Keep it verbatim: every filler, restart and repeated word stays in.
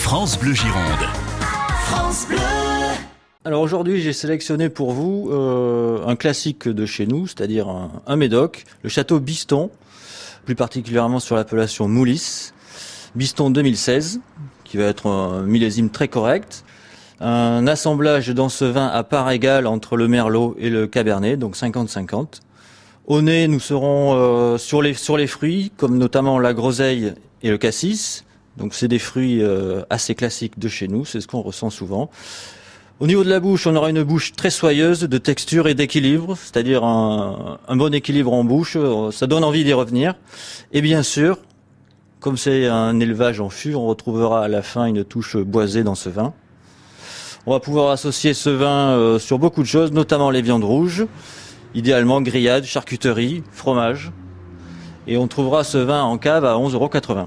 France Bleu Gironde. France Bleu. Alors aujourd'hui, j'ai sélectionné pour vous euh, un classique de chez nous, c'est-à-dire un, un médoc, le château Biston, plus particulièrement sur l'appellation Moulis. Biston deux mille seize, qui va être un millésime très correct. Un assemblage dans ce vin à part égale entre le merlot et le cabernet, donc cinquante cinquante. Au nez, nous serons euh, sur les sur les fruits, comme notamment la groseille et le cassis. Donc c'est des fruits euh, assez classiques de chez nous, c'est ce qu'on ressent souvent. Au niveau de la bouche, on aura une bouche très soyeuse, de texture et d'équilibre, c'est-à-dire un, un bon équilibre en bouche, ça donne envie d'y revenir. Et bien sûr, comme c'est un élevage en fût, on retrouvera à la fin une touche boisée dans ce vin. On va pouvoir associer ce vin euh, sur beaucoup de choses, notamment les viandes rouges, idéalement grillades, charcuterie, fromage. Et on trouvera ce vin en cave à onze euros quatre-vingts.